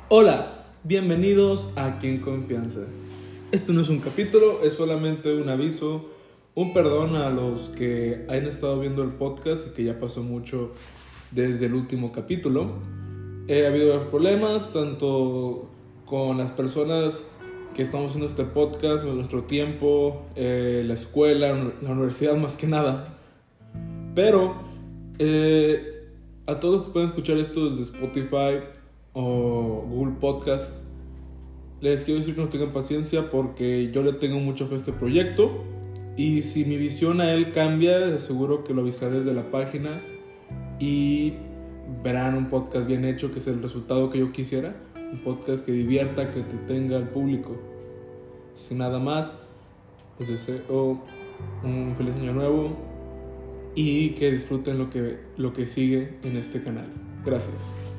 Hola, bienvenidos a Aquí en Confianza. Esto no es un capítulo, es solamente un aviso, un perdón a los que hayan estado viendo el podcast y que ya pasó mucho desde el último capítulo. Ha habido varios problemas, tanto con las personas que estamos haciendo este podcast, nuestro tiempo, la escuela, la universidad más que nada. Pero a todos que pueden escuchar esto desde Spotify o Google Podcast, les quiero decir que nos tengan paciencia porque yo le tengo mucha fe a este proyecto y si mi visión a él cambia, les aseguro que lo avisaré desde la página y verán un podcast bien hecho, que es el resultado que yo quisiera, un podcast que divierta, que entretenga al público. Sin nada más, les deseo un feliz año nuevo y que disfruten lo que sigue en este canal. Gracias.